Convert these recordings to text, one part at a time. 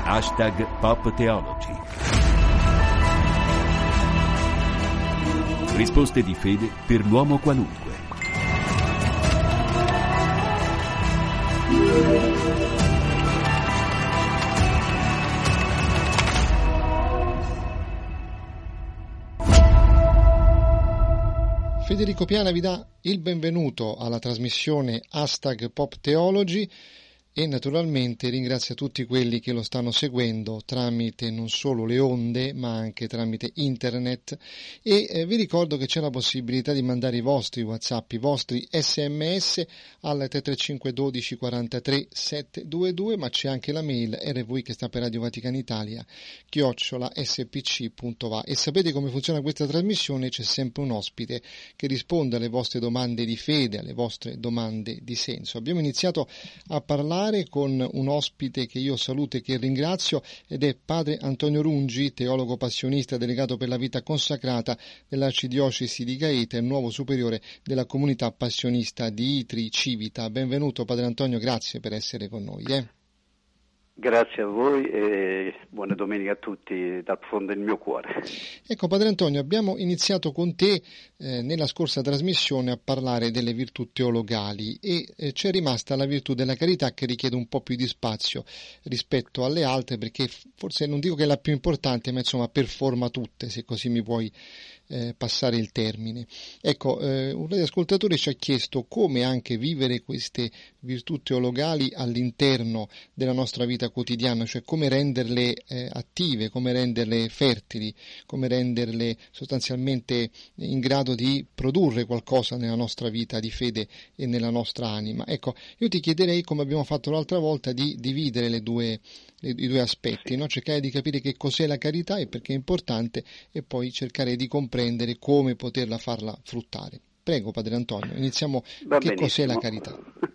#Pop Theology. Risposte di fede per l'uomo qualunque. Federico Piana vi dà il benvenuto alla trasmissione #Pop Theology e naturalmente ringrazia tutti quelli che lo stanno seguendo tramite non solo le onde ma anche tramite internet e vi ricordo che c'è la possibilità di mandare i vostri WhatsApp, i vostri SMS al 335 12 43 722, ma c'è anche la mail RVI che sta per Radio Vaticana Italia @spc.va. E sapete come funziona questa trasmissione? C'è sempre un ospite che risponde alle vostre domande di fede, alle vostre domande di senso. Abbiamo iniziato a parlare con un ospite che io saluto e che ringrazio ed è padre Antonio Rungi, teologo passionista delegato per la vita consacrata dell'Arcidiocesi di Gaeta e nuovo superiore della comunità passionista di Itri Civita. Benvenuto padre Antonio, grazie per essere con noi. Grazie a voi e buona domenica a tutti dal profondo del mio cuore. Ecco padre Antonio, abbiamo iniziato con te nella scorsa trasmissione a parlare delle virtù teologali e c'è rimasta la virtù della carità che richiede un po' più di spazio rispetto alle altre, perché forse non dico che è la più importante, ma insomma performa tutte, se così mi puoi passare il termine. Ecco, un radioascoltatore ci ha chiesto come anche vivere queste virtù teologali all'interno della nostra vita quotidiana, cioè come renderle attive, come renderle fertili, come renderle sostanzialmente in grado di produrre qualcosa nella nostra vita di fede e nella nostra anima. Ecco, io ti chiederei, come abbiamo fatto l'altra volta, di dividere i due aspetti, no? Cercare di capire che cos'è la carità e perché è importante e poi cercare di comprendere come poterla farla fruttare. Prego padre Antonio, iniziamo. Che cos'è la carità?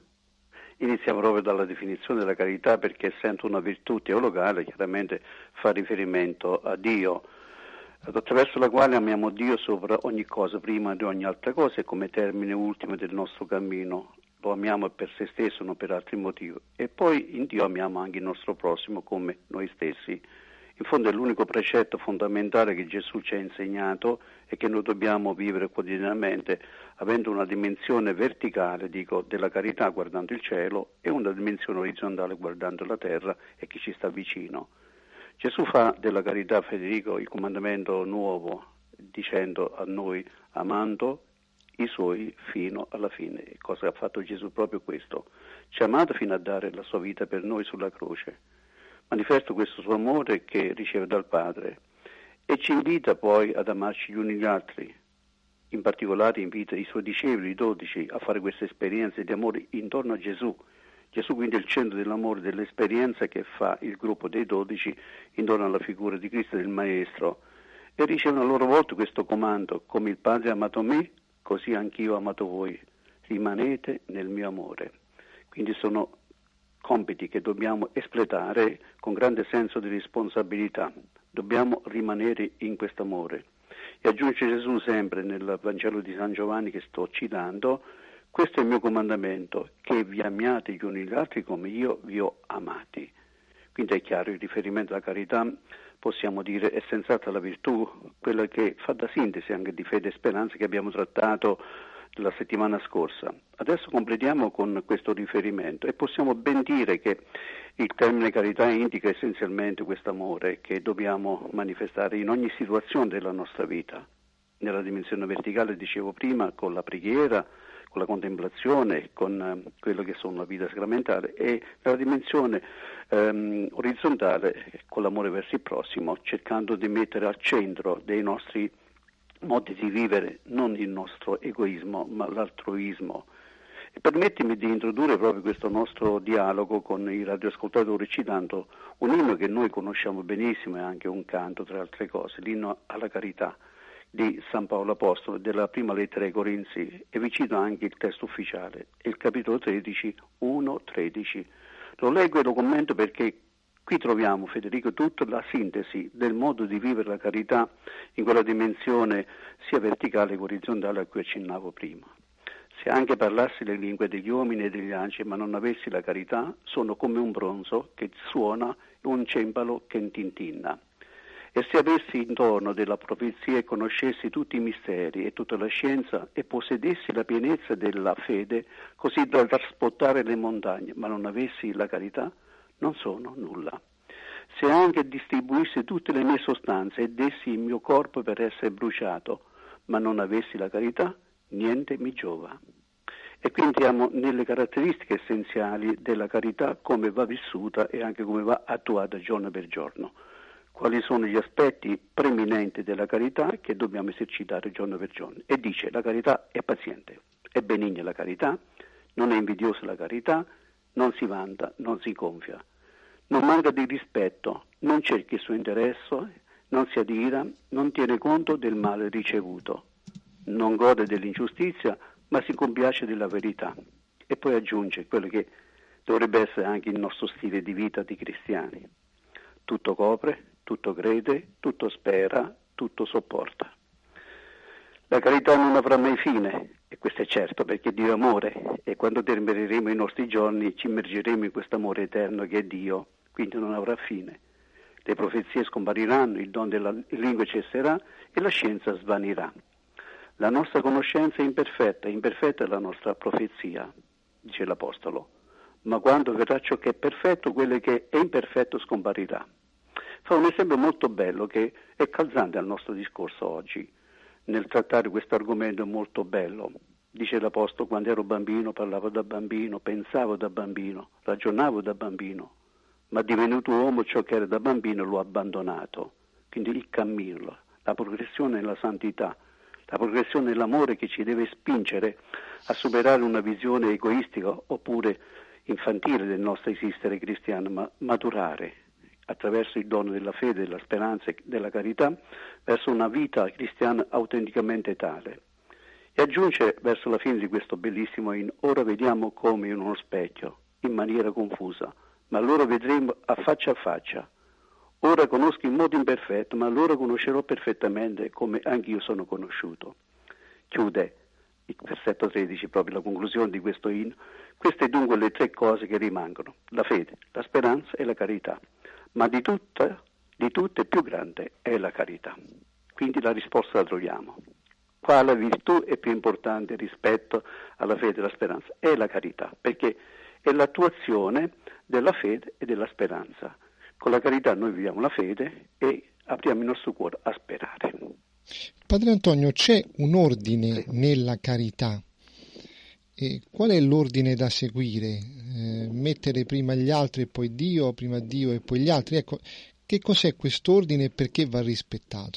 Iniziamo proprio dalla definizione della carità, perché essendo una virtù teologale chiaramente fa riferimento a Dio, attraverso la quale amiamo Dio sopra ogni cosa, prima di ogni altra cosa e come termine ultimo del nostro cammino. Lo amiamo per se stesso, non per altri motivi. E poi in Dio amiamo anche il nostro prossimo come noi stessi. In fondo è l'unico precetto fondamentale che Gesù ci ha insegnato e che noi dobbiamo vivere quotidianamente, avendo una dimensione verticale, della carità guardando il cielo e una dimensione orizzontale guardando la terra e chi ci sta vicino. Gesù fa della carità, Federico, il comandamento nuovo, dicendo a noi, amando i suoi fino alla fine. Cosa ha fatto Gesù? Proprio questo. Ci ha amato fino a dare la sua vita per noi sulla croce. Manifesta questo suo amore che riceve dal Padre e ci invita poi ad amarci gli uni gli altri. In particolare invita i suoi discepoli, i 12, a fare queste esperienze di amore intorno a Gesù. Gesù quindi è il centro dell'amore, dell'esperienza che fa il gruppo dei 12 intorno alla figura di Cristo, del Maestro, e ricevono a loro volta questo comando: come il Padre ha amato me, così anch'io ho amato voi, rimanete nel mio amore. Quindi sono compiti che dobbiamo espletare con grande senso di responsabilità. Dobbiamo rimanere in questo amore. E aggiunge Gesù sempre nel Vangelo di San Giovanni che sto citando: questo è il mio comandamento, che vi amiate gli uni gli altri come io vi ho amati. Quindi è chiaro, il riferimento alla carità possiamo dire è senz'altro la virtù, quella che fa da sintesi anche di fede e speranza che abbiamo trattato la settimana scorsa. Adesso completiamo con questo riferimento e possiamo ben dire che il termine carità indica essenzialmente questo amore che dobbiamo manifestare in ogni situazione della nostra vita, nella dimensione verticale, dicevo prima, con la preghiera, con la contemplazione, con quello che sono la vita sacramentale, e nella dimensione orizzontale con l'amore verso il prossimo, cercando di mettere al centro dei nostri modi di vivere non il nostro egoismo ma l'altruismo. E permettimi di introdurre proprio questo nostro dialogo con i radioascoltatori citando un inno che noi conosciamo benissimo e anche un canto, tra altre cose, l'inno alla carità di San Paolo Apostolo, della prima lettera ai Corinzi, e vi cito anche il testo ufficiale, il capitolo 13, 1-13. Lo leggo e lo commento perché qui troviamo, Federico, tutta la sintesi del modo di vivere la carità in quella dimensione sia verticale che orizzontale a cui accennavo prima. Se anche parlassi le lingue degli uomini e degli angeli, ma non avessi la carità, sono come un bronzo che suona, un cembalo che tintinna. E se avessi intorno della profezia e conoscessi tutti i misteri e tutta la scienza e possedessi la pienezza della fede, così da trasportare le montagne, ma non avessi la carità, non sono nulla. Se anche distribuissi tutte le mie sostanze e dessi il mio corpo per essere bruciato, ma non avessi la carità, niente mi giova. E qui entriamo nelle caratteristiche essenziali della carità, come va vissuta e anche come va attuata giorno per giorno. Quali sono gli aspetti preminenti della carità che dobbiamo esercitare giorno per giorno. E dice: la carità è paziente, è benigna la carità, non è invidiosa la carità, non si vanta, non si gonfia, non manca di rispetto, non cerca il suo interesse, non si adira, non tiene conto del male ricevuto, non gode dell'ingiustizia, ma si compiace della verità. E poi aggiunge quello che dovrebbe essere anche il nostro stile di vita di cristiani: tutto copre, tutto crede, tutto spera, tutto sopporta. La carità non avrà mai fine, e questo è certo, perché Dio è amore, e quando termineremo i nostri giorni ci immergeremo in questo amore eterno che è Dio, quindi non avrà fine. Le profezie scompariranno, il don della lingua cesserà e la scienza svanirà. La nostra conoscenza è imperfetta è la nostra profezia, dice l'Apostolo, ma quando verrà ciò che è perfetto, quello che è imperfetto scomparirà. Fa un esempio molto bello che è calzante al nostro discorso oggi, nel trattare questo argomento molto bello. Dice l'Apostolo: quando ero bambino parlavo da bambino, pensavo da bambino, ragionavo da bambino, ma divenuto uomo ciò che era da bambino l'ho abbandonato. Quindi il cammino, la progressione nella santità, la progressione nell'amore che ci deve spingere a superare una visione egoistica oppure infantile del nostro esistere cristiano, ma maturare attraverso il dono della fede, della speranza e della carità verso una vita cristiana autenticamente tale. E aggiunge verso la fine di questo bellissimo inno: ora vediamo come in uno specchio, in maniera confusa, ma allora vedremo a faccia. Ora conosco in modo imperfetto, ma allora conoscerò perfettamente come anch'io sono conosciuto. Chiude il versetto 13, proprio la conclusione di questo inno. Queste dunque le tre cose che rimangono: la fede, la speranza e la carità. Ma di tutte più grande è la carità. Quindi la risposta la troviamo. Quale virtù è più importante rispetto alla fede e alla speranza? È la carità, perché è l'attuazione della fede e della speranza. Con la carità noi viviamo la fede e apriamo il nostro cuore a sperare. Padre Antonio, c'è un ordine nella carità. E qual è l'ordine da seguire? Mettere prima gli altri e poi Dio, prima Dio e poi gli altri? Ecco, che cos'è quest'ordine e perché va rispettato?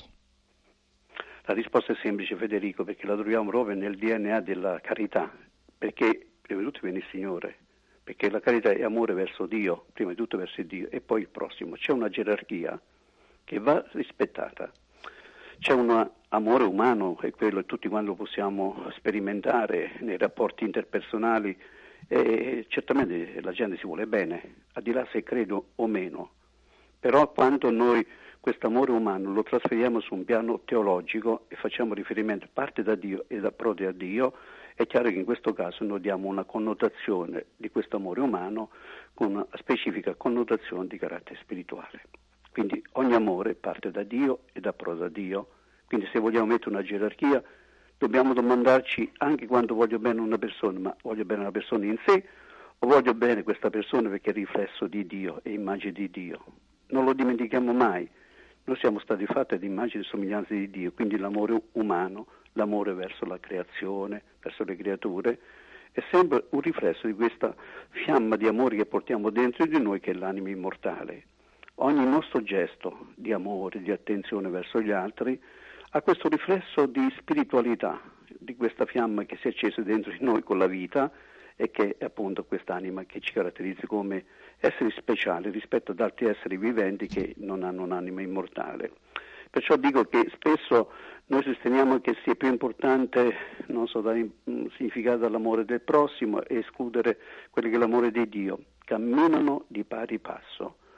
La risposta è semplice, Federico, perché la troviamo proprio nel DNA della carità, perché prima di tutto viene il Signore, perché la carità è amore verso Dio, prima di tutto verso Dio e poi il prossimo. C'è una gerarchia che va rispettata. C'è un amore umano, e quello tutti quando lo possiamo sperimentare nei rapporti interpersonali, e certamente la gente si vuole bene, al di là se credo o meno, però quando noi questo amore umano lo trasferiamo su un piano teologico e facciamo riferimento parte da Dio e da prode a Dio, è chiaro che in questo caso noi diamo una connotazione di questo amore umano con una specifica connotazione di carattere spirituale. Quindi ogni amore parte da Dio e da prode a Dio. Quindi se vogliamo mettere una gerarchia dobbiamo domandarci anche quando voglio bene una persona, ma voglio bene una persona in sé o voglio bene questa persona perché è riflesso di Dio e immagine di Dio. Non lo dimentichiamo mai. Noi siamo stati fatti ad immagine e somiglianza di Dio, quindi l'amore umano, l'amore verso la creazione, verso le creature, è sempre un riflesso di questa fiamma di amore che portiamo dentro di noi, che è l'anima immortale. Ogni nostro gesto di amore, di attenzione verso gli altri, ha questo riflesso di spiritualità, di questa fiamma che si è accesa dentro di noi con la vita e che è appunto quest'anima che ci caratterizza come esseri speciali rispetto ad altri esseri viventi che non hanno un'anima immortale. Perciò dico che spesso noi sosteniamo che sia più importante, non so, dare significato all'amore del prossimo e escludere quello che è l'amore di Dio. Camminano di pari passo.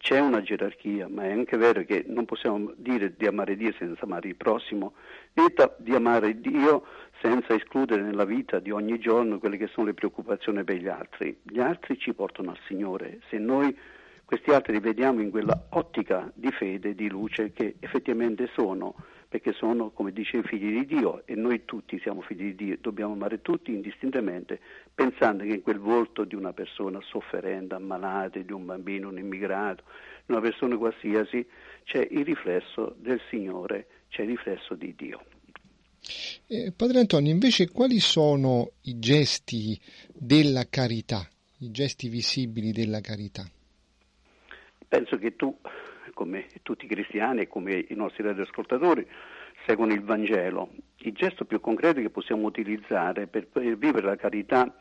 c'è una gerarchia, ma è anche vero che non possiamo dire di amare Dio senza amare il prossimo, né di amare Dio senza escludere nella vita di ogni giorno quelle che sono le preoccupazioni per gli altri. Gli altri ci portano al Signore, se noi questi altri li vediamo in quella ottica di fede, di luce che effettivamente sono, perché sono, come dice, figli di Dio, e noi tutti siamo figli di Dio, dobbiamo amare tutti indistintamente, pensando che in quel volto di una persona sofferente, ammalata, di un bambino, un immigrato, di una persona qualsiasi, c'è il riflesso del Signore, c'è il riflesso di Dio. Padre Antonio, invece quali sono i gesti della carità, i gesti visibili della carità? Penso che tu, come tutti i cristiani e come i nostri radioascoltatori, seguono il Vangelo. Il gesto più concreto che possiamo utilizzare per vivere la carità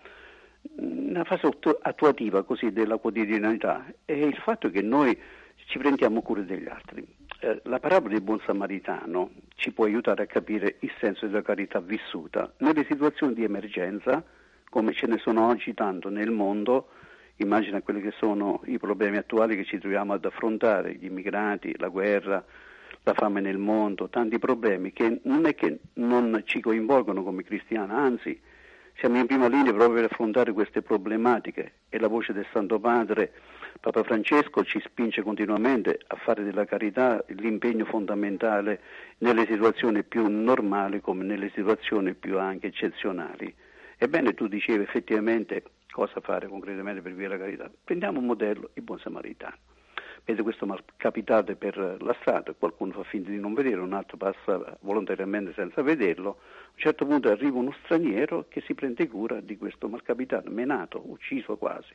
nella fase attuativa così della quotidianità è il fatto che noi ci prendiamo cura degli altri. La parabola del buon samaritano ci può aiutare a capire il senso della carità vissuta nelle situazioni di emergenza, come ce ne sono oggi tanto nel mondo. Immagina quelli che sono i problemi attuali che ci troviamo ad affrontare, gli immigrati, la guerra, la fame nel mondo, tanti problemi che non è che non ci coinvolgono come cristiani, anzi siamo in prima linea proprio per affrontare queste problematiche, e la voce del Santo Padre, Papa Francesco, ci spinge continuamente a fare della carità l'impegno fondamentale nelle situazioni più normali come nelle situazioni più anche eccezionali. Ebbene, tu dicevi effettivamente cosa fare concretamente per vivere la carità. Prendiamo un modello, il buon samaritano. Vede questo malcapitato per la strada, qualcuno fa finta di non vedere, un altro passa volontariamente senza vederlo. A un certo punto arriva uno straniero che si prende cura di questo malcapitato, menato, ucciso quasi,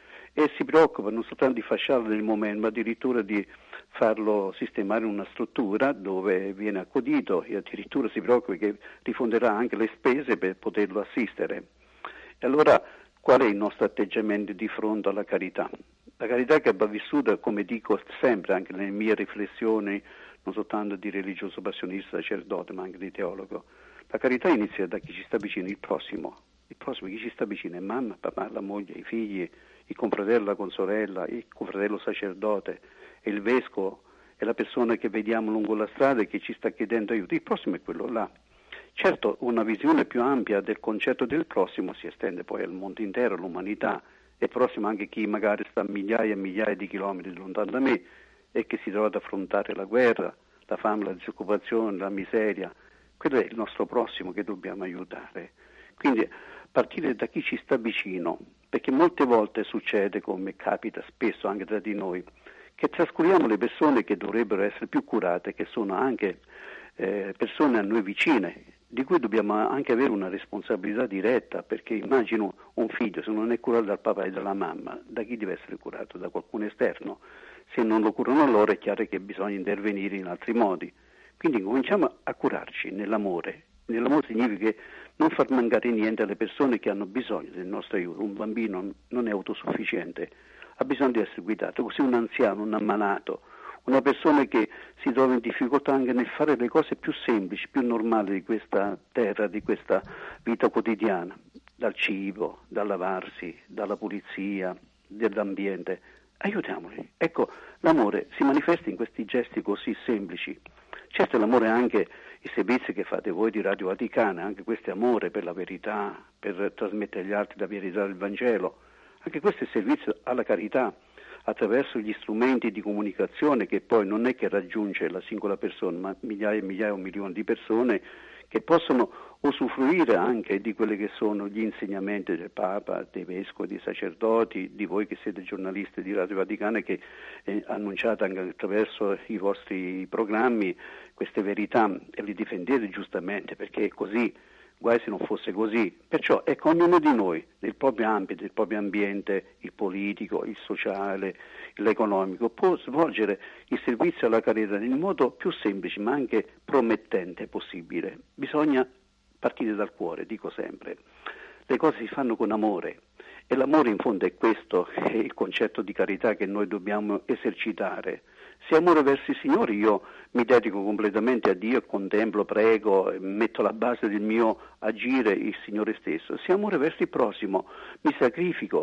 e si preoccupa non soltanto di fasciarlo nel momento, ma addirittura di farlo sistemare in una struttura dove viene accudito, e addirittura si preoccupa che rifonderà anche le spese per poterlo assistere. E allora qual è il nostro atteggiamento di fronte alla carità? La carità che va vissuta, come dico sempre anche nelle mie riflessioni, non soltanto di religioso passionista, sacerdote, ma anche di teologo, la carità inizia da chi ci sta vicino, il prossimo chi ci sta vicino è mamma, papà, la moglie, i figli, il confratello, la consorella, il confratello sacerdote, è il vescovo, è la persona che vediamo lungo la strada e che ci sta chiedendo aiuto. Il prossimo è quello là. Certo, una visione più ampia del concetto del prossimo si estende poi al mondo intero, all'umanità. È prossimo anche chi magari sta a migliaia e migliaia di chilometri lontano da me e che si trova ad affrontare la guerra, la fame, la disoccupazione, la miseria. Quello è il nostro prossimo che dobbiamo aiutare. Quindi partire da chi ci sta vicino, perché molte volte succede, come capita spesso anche tra di noi, che trascuriamo le persone che dovrebbero essere più curate, che sono anche persone a noi vicine, di cui dobbiamo anche avere una responsabilità diretta, perché immagino un figlio, se non è curato dal papà e dalla mamma, da chi deve essere curato? Da qualcuno esterno. Se non lo curano loro è chiaro che bisogna intervenire in altri modi. Quindi cominciamo a curarci nell'amore. Nell'amore significa non far mancare niente alle persone che hanno bisogno del nostro aiuto. Un bambino non è autosufficiente, ha bisogno di essere guidato, così un anziano, un ammalato, una persona che si trova in difficoltà anche nel fare le cose più semplici, più normali di questa terra, di questa vita quotidiana, dal cibo, dal lavarsi, dalla pulizia, dell'ambiente. Aiutiamoli. Ecco, l'amore si manifesta in questi gesti così semplici. Certo, l'amore è anche i servizi che fate voi di Radio Vaticana, anche questo è amore per la verità, per trasmettere agli altri la verità del Vangelo. Anche questo è servizio alla carità, attraverso gli strumenti di comunicazione che poi non è che raggiunge la singola persona, ma migliaia e migliaia o milioni di persone che possono usufruire anche di quelli che sono gli insegnamenti del Papa, dei vescovi, dei sacerdoti, di voi che siete giornalisti di Radio Vaticana che annunciate anche attraverso i vostri programmi queste verità e li difendete giustamente, perché è così. Guai se non fosse così. Perciò ecco, ognuno di noi, nel proprio ambito, il proprio ambiente, il politico, il sociale, l'economico, può svolgere il servizio alla carità nel modo più semplice ma anche promettente possibile. Bisogna partire dal cuore, dico sempre. Le cose si fanno con amore e l'amore in fondo è questo, è il concetto di carità che noi dobbiamo esercitare. Se amore verso il Signore, io mi dedico completamente a Dio, contemplo, prego, metto alla base del mio agire il Signore stesso. Se amore verso il prossimo, mi sacrifico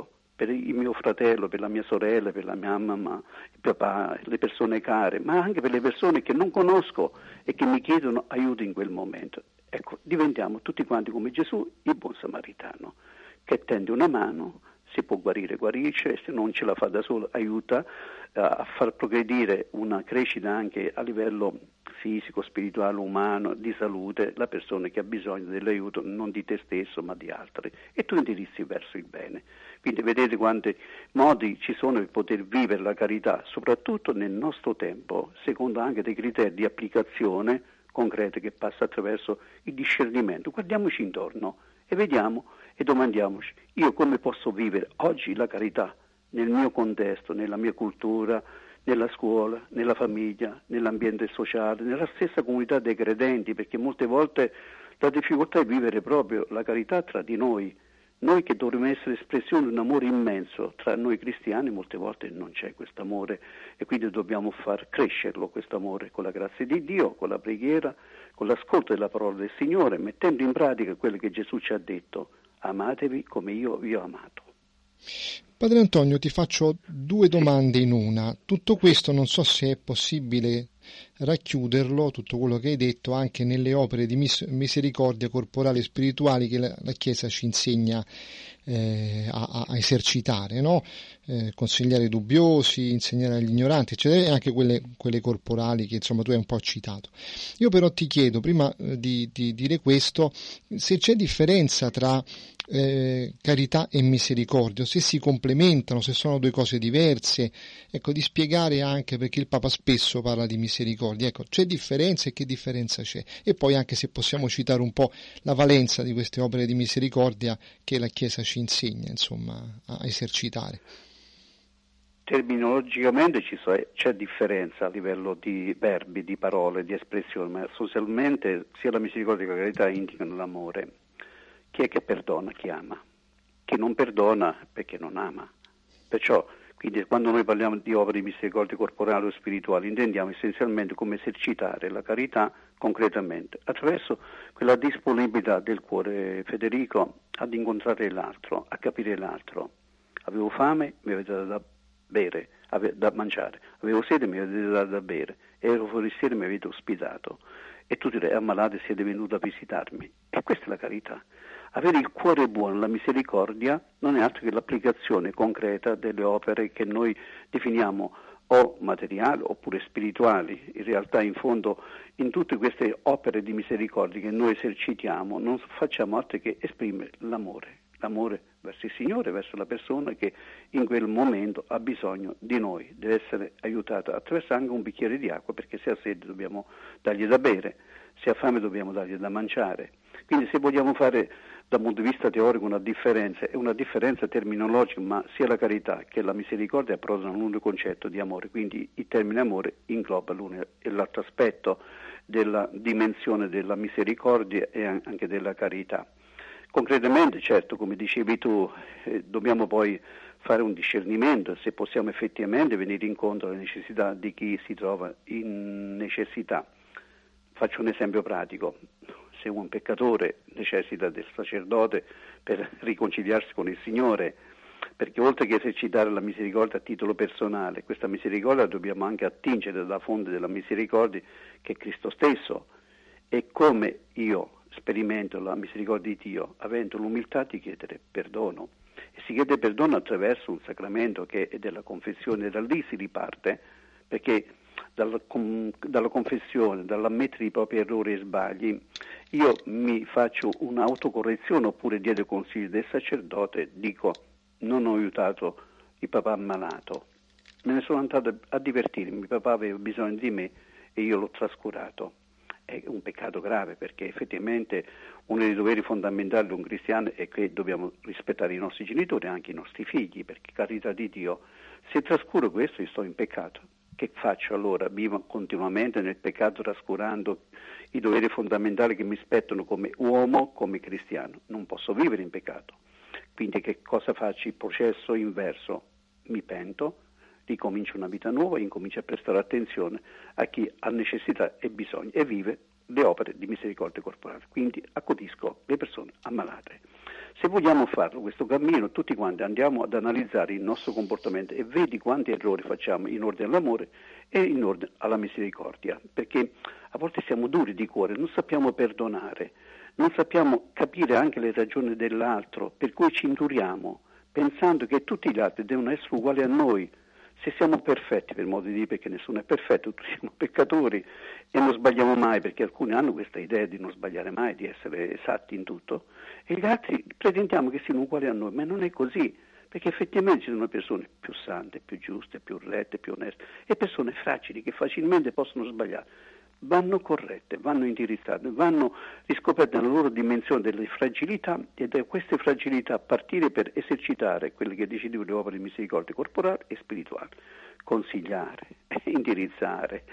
per il mio fratello, per la mia sorella, per la mia mamma, il papà, le persone care, ma anche per le persone che non conosco e che mi chiedono aiuto in quel momento. Ecco, diventiamo tutti quanti come Gesù, il buon samaritano, che tende una mano, si può guarire, guarisce, se non ce la fa da solo aiuta a far progredire una crescita anche a livello fisico, spirituale, umano, di salute, la persona che ha bisogno dell'aiuto non di te stesso ma di altri, e tu indirizzi verso il bene. Quindi vedete quanti modi ci sono per poter vivere la carità, soprattutto nel nostro tempo, secondo anche dei criteri di applicazione concreta che passa attraverso il discernimento. Guardiamoci intorno e vediamo e domandiamoci: io come posso vivere oggi la carità nel mio contesto, nella mia cultura, nella scuola, nella famiglia, nell'ambiente sociale, nella stessa comunità dei credenti, perché molte volte la difficoltà è vivere proprio la carità tra di noi che dovremmo essere espressione di un amore immenso tra noi cristiani. Molte volte non c'è questo amore e quindi dobbiamo far crescerlo, questo amore, con la grazia di Dio, con la preghiera, con l'ascolto della parola del Signore, mettendo in pratica quello che Gesù ci ha detto: amatevi come io vi ho amato. Padre Antonio, ti faccio due domande in una. Tutto questo non so se è possibile racchiuderlo, tutto quello che hai detto, anche nelle opere di misericordia corporale e spirituali che la Chiesa ci insegna a esercitare, no? Consigliare i dubbiosi, insegnare agli ignoranti, eccetera, e anche quelle corporali che insomma tu hai un po' citato. Io però ti chiedo, prima di dire questo, se c'è differenza tra carità e misericordia, se si complementano, se sono due cose diverse, ecco, di spiegare anche, perché il Papa spesso parla di misericordia, ecco, c'è differenza e che differenza c'è? E poi anche se possiamo citare un po' la valenza di queste opere di misericordia che la Chiesa ci insegna, insomma, a esercitare. Terminologicamente c'è differenza a livello di verbi, di parole, di espressioni, ma sostanzialmente sia la misericordia che la carità indicano l'amore. Chi è che perdona? Chi ama. Chi non perdona perché non ama. Perciò, quindi, quando noi parliamo di opere di misericordia corporale o spirituale, intendiamo essenzialmente come esercitare la carità concretamente, attraverso quella disponibilità del cuore, Federico, ad incontrare l'altro, a capire l'altro. Avevo fame, mi avete dato da bere, da mangiare, avevo sete, mi avete dato da bere, ero forestiere, mi avete ospitato, e tu direi: ammalato, siete venuto a visitarmi. E questa è la carità. Avere il cuore buono, la misericordia, non è altro che l'applicazione concreta delle opere che noi definiamo o materiali oppure spirituali. In realtà, in fondo, in tutte queste opere di misericordia che noi esercitiamo, non facciamo altro che esprimere l'amore verso il Signore, verso la persona che in quel momento ha bisogno di noi, deve essere aiutata attraverso anche un bicchiere di acqua, perché se ha sete dobbiamo dargli da bere, se ha fame dobbiamo dargli da mangiare. Quindi, se vogliamo fare dal punto di vista teorico una differenza, è una differenza terminologica, ma sia la carità che la misericordia approdano all'unico concetto di amore, quindi il termine amore ingloba l'uno e l'altro aspetto della dimensione della misericordia e anche della carità. Concretamente, certo, come dicevi tu, dobbiamo poi fare un discernimento se possiamo effettivamente venire incontro alle necessità di chi si trova in necessità. Faccio un esempio pratico: se un peccatore necessita del sacerdote per riconciliarsi con il Signore, perché oltre che esercitare la misericordia a titolo personale, questa misericordia dobbiamo anche attingere dalla fonte della misericordia, che è Cristo stesso. E come io sperimento la misericordia di Dio? Avendo l'umiltà di chiedere perdono. E si chiede perdono attraverso un sacramento che è della confessione. Da lì si riparte, perché dalla confessione, dall'ammettere i propri errori e sbagli, io mi faccio un'autocorrezione, oppure dietro i consigli del sacerdote dico: non ho aiutato il papà ammalato, me ne sono andato a divertirmi, il papà aveva bisogno di me e io l'ho trascurato. È un peccato grave, perché effettivamente uno dei doveri fondamentali di un cristiano è che dobbiamo rispettare i nostri genitori e anche i nostri figli, perché carità di Dio, se trascuro questo io sto in peccato. Che faccio allora? Vivo continuamente nel peccato, trascurando i doveri fondamentali che mi spettano come uomo, come cristiano. Non posso vivere in peccato. Quindi che cosa faccio? Il processo inverso: mi pento, ricomincio una vita nuova, incomincio a prestare attenzione a chi ha necessità e bisogno e vive le opere di misericordia corporale. Quindi accudisco le persone ammalate. Se vogliamo farlo, questo cammino, tutti quanti andiamo ad analizzare il nostro comportamento e vedi quanti errori facciamo in ordine all'amore e in ordine alla misericordia, perché a volte siamo duri di cuore, non sappiamo perdonare, non sappiamo capire anche le ragioni dell'altro, per cui ci induriamo, pensando che tutti gli altri devono essere uguali a noi. Se siamo perfetti, per modo di dire, perché nessuno è perfetto, tutti siamo peccatori e non sbagliamo mai, perché alcuni hanno questa idea di non sbagliare mai, di essere esatti in tutto, e gli altri pretendiamo che siano uguali a noi, ma non è così, perché effettivamente ci sono persone più sante, più giuste, più rette, più oneste, e persone fragili che facilmente possono sbagliare. Vanno corrette, vanno indirizzate, vanno riscoperte nella loro dimensione delle fragilità e da queste fragilità partire per esercitare quelle che decidevo le opere di misericordia corporale e spirituale, consigliare, indirizzare,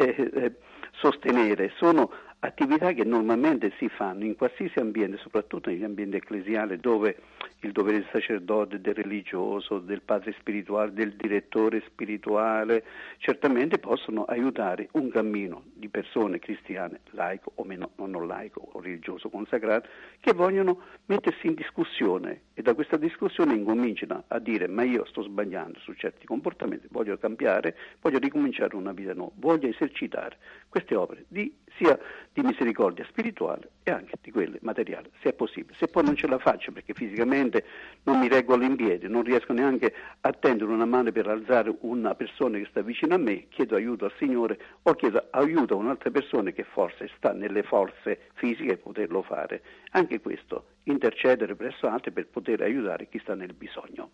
sostenere, sono attività che normalmente si fanno in qualsiasi ambiente, soprattutto negli ambienti ecclesiali dove il dovere del sacerdote, del religioso, del padre spirituale, del direttore spirituale, certamente possono aiutare un cammino di persone cristiane, laico o meno, non laico o religioso consacrato, che vogliono mettersi in discussione e da questa discussione incominciano a dire ma io sto sbagliando su certi comportamenti, voglio cambiare, voglio ricominciare una vita nuova, voglio esercitare queste opere sia di misericordia spirituale e anche di quelle materiali, se è possibile. Se poi non ce la faccio perché fisicamente non mi regolo in piedi, non riesco neanche a tendere una mano per alzare una persona che sta vicino a me, chiedo aiuto al Signore o chiedo aiuto a un'altra persona che forse sta nelle forze fisiche per poterlo fare. Anche questo, intercedere presso altri per poter aiutare chi sta nel bisogno.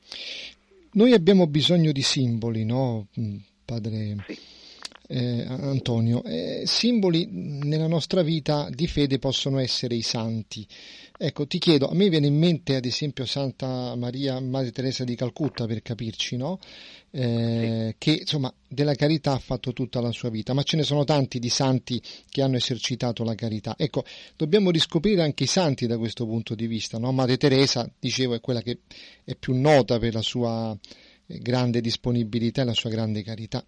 Noi abbiamo bisogno di simboli, no, padre? Sì. Antonio, simboli nella nostra vita di fede possono essere i santi. Ecco, ti chiedo, a me viene in mente ad esempio Santa Maria Madre Teresa di Calcutta, per capirci, no? Che insomma della carità ha fatto tutta la sua vita, ma ce ne sono tanti di santi che hanno esercitato la carità. Ecco, dobbiamo riscoprire anche i santi da questo punto di vista, no? Madre Teresa, dicevo, è quella che è più nota per la sua grande disponibilità e la sua grande carità.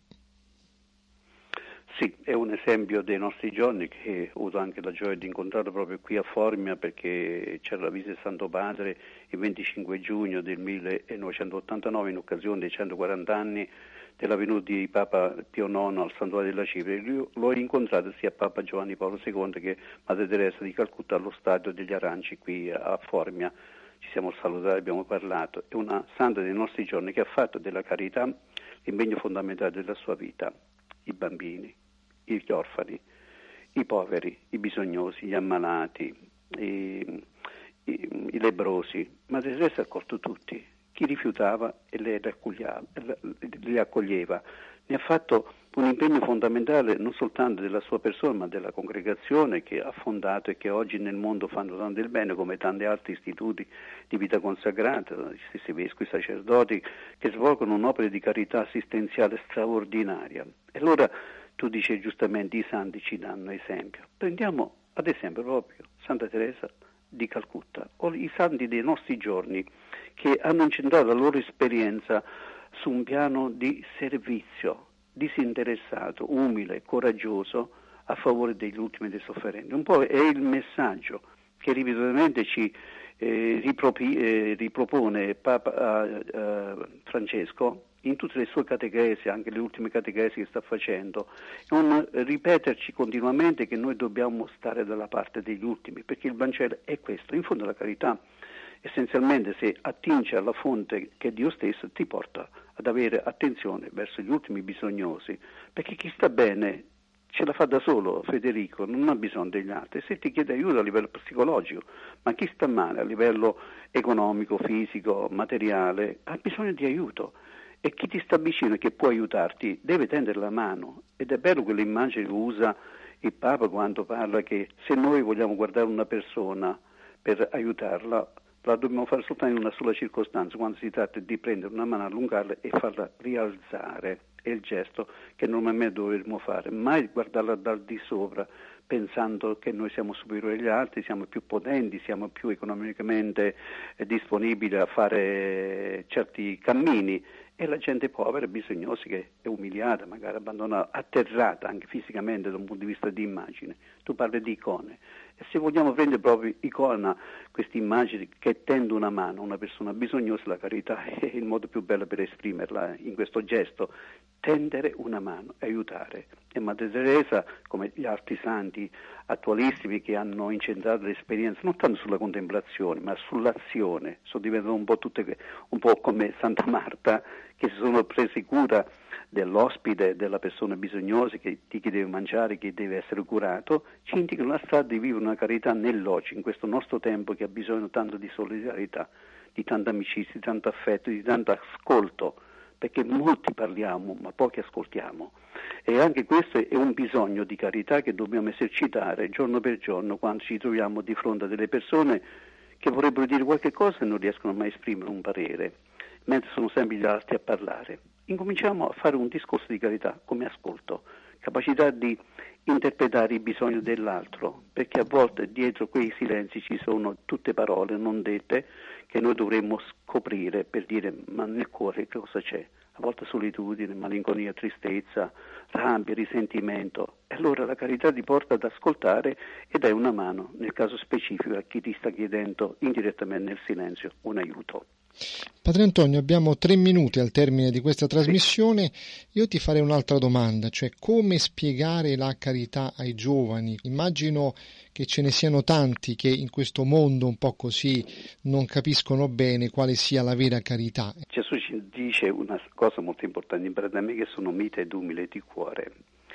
Sì, è un esempio dei nostri giorni che ho avuto anche la gioia di incontrare proprio qui a Formia, perché c'era la visita del Santo Padre il 25 giugno del 1989 in occasione dei 140 anni della venuta di Papa Pio IX al Santuario della Cipria. Io l'ho incontrato sia Papa Giovanni Paolo II che Madre Teresa di Calcutta allo Stadio degli Aranci qui a Formia. Ci siamo salutati, abbiamo parlato. È una santa dei nostri giorni che ha fatto della carità l'impegno fondamentale della sua vita. I bambini, gli orfani, i poveri, i bisognosi, gli ammalati, i lebbrosi. Madre Teresa ha accolto tutti, chi rifiutava e li accoglieva. Ne ha fatto un impegno fondamentale non soltanto della sua persona ma della congregazione che ha fondato e che oggi nel mondo fanno tanto il bene come tanti altri istituti di vita consacrata, gli stessi vescovi, sacerdoti che svolgono un'opera di carità assistenziale straordinaria. E allora tu dici giustamente i santi ci danno esempio. Prendiamo ad esempio proprio Santa Teresa di Calcutta o i santi dei nostri giorni che hanno incentrato la loro esperienza su un piano di servizio disinteressato, umile, coraggioso a favore degli ultimi e dei sofferenti. Un po' è il messaggio che ripetutamente ci ripropone Papa Francesco in tutte le sue catechesi, anche le ultime catechesi che sta facendo, un ripeterci continuamente che noi dobbiamo stare dalla parte degli ultimi, perché il Vangelo è questo, in fondo la carità essenzialmente se attinge alla fonte che è Dio stesso ti porta ad avere attenzione verso gli ultimi bisognosi, perché chi sta bene ce la fa da solo, Federico, non ha bisogno degli altri. Se ti chiede aiuto a livello psicologico, ma chi sta male a livello economico, fisico, materiale, ha bisogno di aiuto. E chi ti sta vicino e che può aiutarti deve tendere la mano. Ed è bello quell'immagine che usa il Papa quando parla che se noi vogliamo guardare una persona per aiutarla, la dobbiamo fare soltanto in una sola circostanza, quando si tratta di prendere una mano, allungarla e farla rialzare. È il gesto che normalmente dovremmo fare, mai guardarla dal di sopra pensando che noi siamo superiori agli altri, siamo più potenti, siamo più economicamente disponibili a fare certi cammini e la gente povera, bisognosa, che è umiliata, magari abbandonata, atterrata anche fisicamente da un punto di vista di immagine. Tu parli di icone, e se vogliamo prendere proprio icona questa immagine che tende una mano a una persona bisognosa, la carità è il modo più bello per esprimerla in questo gesto, tendere una mano, aiutare. E Madre Teresa, come gli altri santi attualissimi che hanno incentrato l'esperienza non tanto sulla contemplazione ma sull'azione, sono diventate un po' come Santa Marta, che si sono presi cura dell'ospite, della persona bisognosa, di chi deve mangiare, chi deve essere curato, ci indicano la strada di vivere una carità nell'oggi, in questo nostro tempo che ha bisogno tanto di solidarietà, di tanta amicizia, di tanto affetto, di tanto ascolto, perché molti parliamo ma pochi ascoltiamo, e anche questo è un bisogno di carità che dobbiamo esercitare giorno per giorno quando ci troviamo di fronte a delle persone che vorrebbero dire qualche cosa e non riescono mai a esprimere un parere, mentre sono sempre gli altri a parlare. Incominciamo a fare un discorso di carità come ascolto, capacità di interpretare i bisogni dell'altro, perché a volte dietro quei silenzi ci sono tutte parole non dette che noi dovremmo scoprire per dire ma nel cuore che cosa c'è? A volte solitudine, malinconia, tristezza, rabbia, risentimento. E allora la carità ti porta ad ascoltare e dai una mano, nel caso specifico, a chi ti sta chiedendo indirettamente nel silenzio un aiuto. Padre Antonio, abbiamo 3 minuti al termine di questa trasmissione. Io ti farei un'altra domanda, cioè come spiegare la carità ai giovani? Immagino che ce ne siano tanti che in questo mondo un po' così non capiscono bene quale sia la vera carità. Gesù ci dice una cosa molto importante, imparate da me che sono mite ed umile di cuore.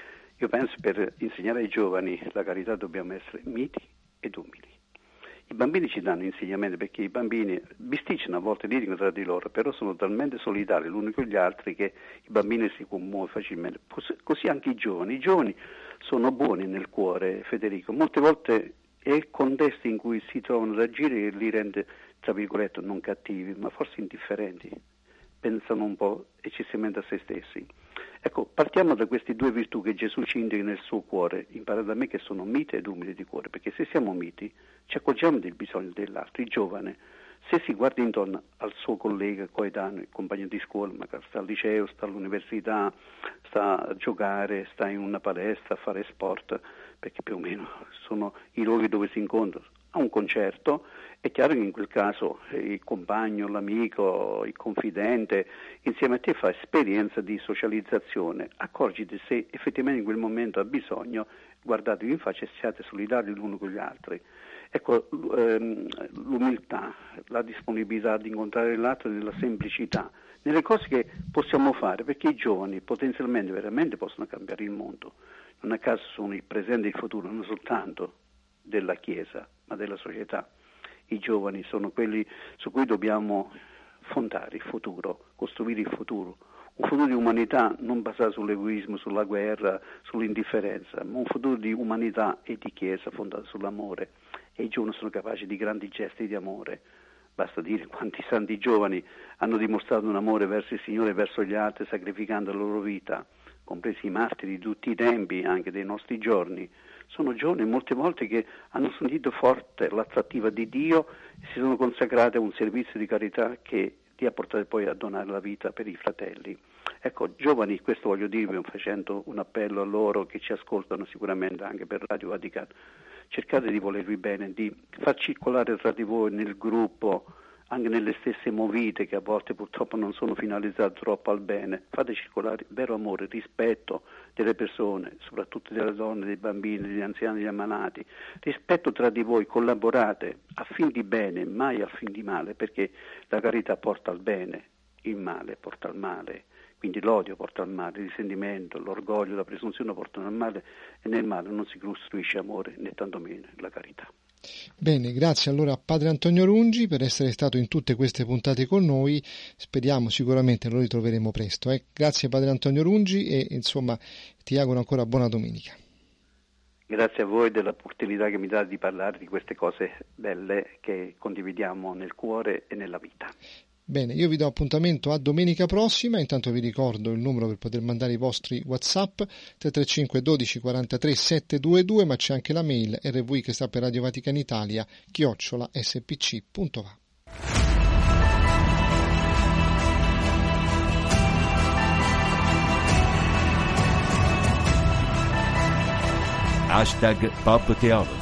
Io penso per insegnare ai giovani la carità dobbiamo essere miti ed umili. I bambini ci danno insegnamenti perché i bambini bisticciano, a volte litigano tra di loro, però sono talmente solidari l'uno con gli altri che i bambini si commuovono facilmente. Così anche i giovani sono buoni nel cuore, Federico. Molte volte è il contesto in cui si trovano ad agire che li rende, tra virgolette, non cattivi, ma forse indifferenti. Pensano un po' eccessivamente a se stessi. Ecco, partiamo da queste 2 virtù che Gesù ci indica nel suo cuore. Impara da me che sono mite ed umili di cuore, perché se siamo miti ci accorgiamo del bisogno dell'altro. Il giovane, se si guarda intorno al suo collega, coetaneo, compagno di scuola, magari sta al liceo, sta all'università, sta a giocare, sta in una palestra, a fare sport, perché più o meno sono i luoghi dove si incontrano, a un concerto, è chiaro che in quel caso il compagno, l'amico, il confidente insieme a te fa esperienza di socializzazione, accorgiti se effettivamente in quel momento ha bisogno, guardatevi in faccia e siate solidari l'uno con gli altri. Ecco, l'umiltà, la disponibilità di incontrare l'altro nella semplicità, nelle cose che possiamo fare, perché i giovani potenzialmente veramente possono cambiare il mondo. Non a caso sono il presente e il futuro, non soltanto della Chiesa, ma della società. I giovani sono quelli su cui dobbiamo fondare il futuro, costruire il futuro. Un futuro di umanità non basato sull'egoismo, sulla guerra, sull'indifferenza, ma un futuro di umanità e di Chiesa fondato sull'amore. E i giovani sono capaci di grandi gesti di amore. Basta dire quanti santi giovani hanno dimostrato un amore verso il Signore e verso gli altri, sacrificando la loro vita, compresi i martiri di tutti i tempi, anche dei nostri giorni. Sono giovani molte volte che hanno sentito forte l'attrattiva di Dio e si sono consacrati a un servizio di carità che li ha portati poi a donare la vita per i fratelli. Ecco, giovani, questo voglio dirvi facendo un appello a loro che ci ascoltano sicuramente anche per Radio Vaticano. Cercate di volervi bene, di far circolare tra di voi nel gruppo, anche nelle stesse movite che a volte purtroppo non sono finalizzate troppo al bene. Fate circolare vero amore, rispetto delle persone, soprattutto delle donne, dei bambini, degli anziani, degli ammalati. Rispetto tra di voi, collaborate a fin di bene, mai a fin di male, perché la carità porta al bene, il male porta al male. Quindi l'odio porta al male, il risentimento, l'orgoglio, la presunzione portano al male e nel male non si costruisce amore né tantomeno la carità. Bene, grazie allora a Padre Antonio Rungi per essere stato in tutte queste puntate con noi, speriamo sicuramente lo ritroveremo presto. Grazie Padre Antonio Rungi e insomma ti auguro ancora buona domenica. Grazie a voi dell'opportunità che mi date di parlare di queste cose belle che condividiamo nel cuore e nella vita. Bene, io vi do appuntamento a domenica prossima, intanto vi ricordo il numero per poter mandare i vostri WhatsApp 335 12 43 722, ma c'è anche la mail RVI che sta per Radio Vaticana Italia @spc.va. #PopTheology.